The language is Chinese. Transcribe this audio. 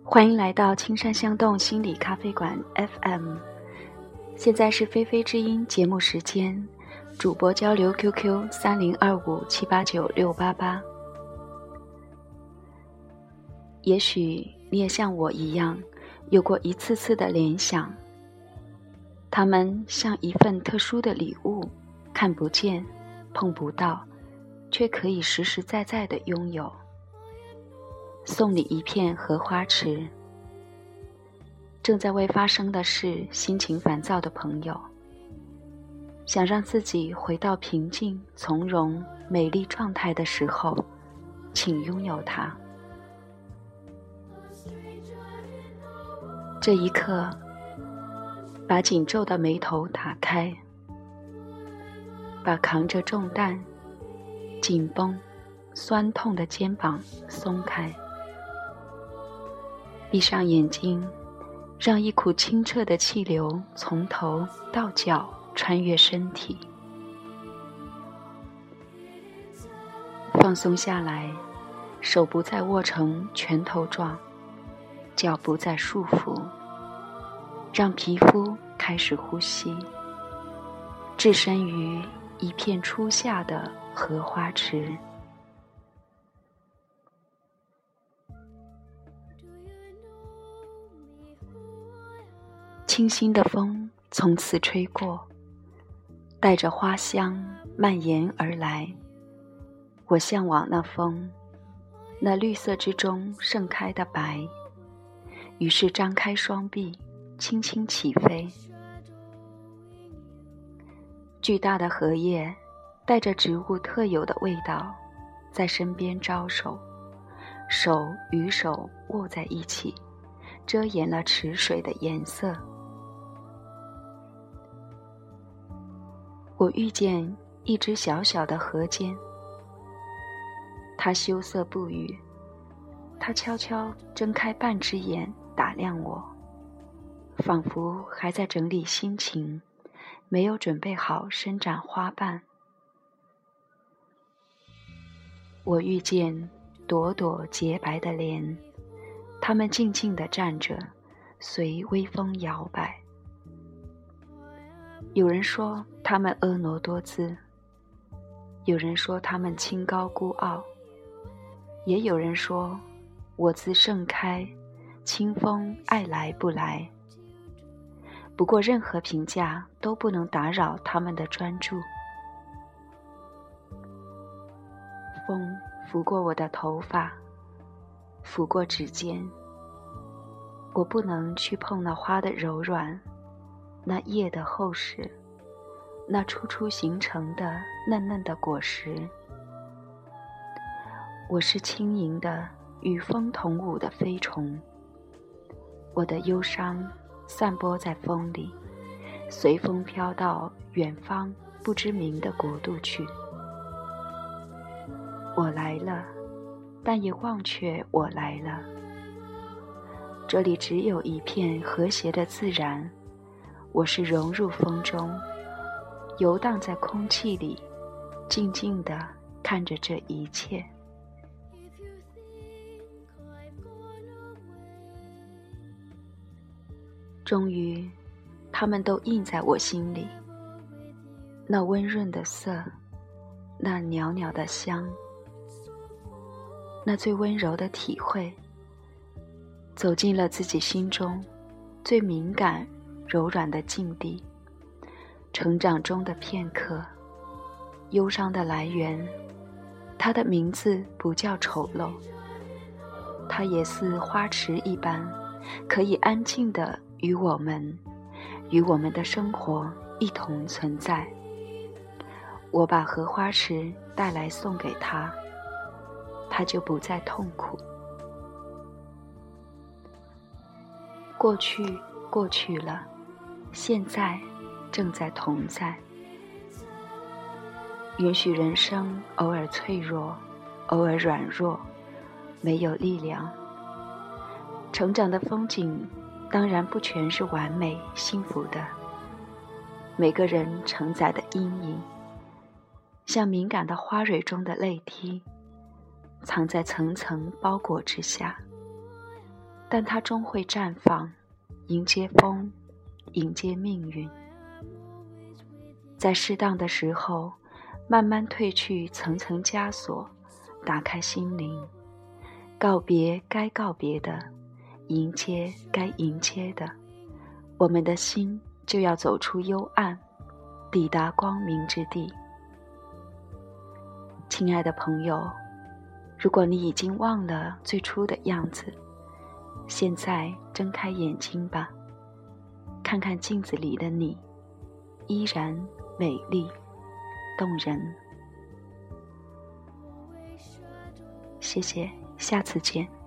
欢迎来到青山相动心理咖啡馆 FM， 现在是菲菲之音节目时间，主播交流 QQ 3025789688。也许你也像我一样，有过一次次的联想，它们像一份特殊的礼物，看不见，碰不到，却可以实实在在地拥有。送你一片荷花池。正在为发生的事心情烦躁的朋友，想让自己回到平静、从容、美丽状态的时候，请拥有它。这一刻，把紧皱的眉头打开，把扛着重担、紧绷、酸痛的肩膀松开，闭上眼睛，让一股清澈的气流从头到脚穿越身体。放松下来，手不再握成拳头状，脚不再束缚，让皮肤开始呼吸，置身于一片初夏的荷花池。清新的风从此吹过，带着花香蔓延而来。我向往那风，那绿色之中盛开的白，于是张开双臂，轻轻起飞。巨大的荷叶带着植物特有的味道，在身边招手，手与手握在一起，遮掩了池水的颜色。我遇见一只小小的河间，它羞涩不语，它悄悄睁开半只眼打量我，仿佛还在整理心情，没有准备好伸展花瓣。我遇见朵朵洁白的莲，它们静静地站着，随微风摇摆。有人说他们婀娜多姿，有人说他们清高孤傲，也有人说我自盛开，清风爱来不来。不过任何评价都不能打扰他们的专注。风拂过我的头发，拂过指尖，我不能去碰那花的柔软，那叶的厚实，那初初形成的嫩嫩的果实。我是轻盈的与风同舞的飞虫，我的忧伤散播在风里，随风飘到远方不知名的国度去。我来了，但也忘却我来了。这里只有一片和谐的自然，我是融入风中，游荡在空气里，静静地看着这一切。终于，它们都印在我心里。那温润的色，那袅袅的香，那最温柔的体会，走进了自己心中最敏感柔软的境地。成长中的片刻，忧伤的来源，它的名字不叫丑陋，它也似花池一般，可以安静地与我们的生活一同存在。我把荷花池带来送给他，他就不再痛苦。过去过去了，现在正在同在。允许人生偶尔脆弱，偶尔软弱，没有力量。成长的风景当然不全是完美幸福的，每个人承载的阴影，像敏感的花蕊中的泪滴，藏在层层包裹之下。 但它终会绽放，迎接风，迎接命运。在适当的时候，慢慢褪去层层枷锁，打开心灵，告别该告别的，迎接该迎接的，我们的心就要走出幽暗，抵达光明之地。亲爱的朋友，如果你已经忘了最初的样子，现在睁开眼睛吧，看看镜子里的你，依然美丽动人。谢谢，下次见。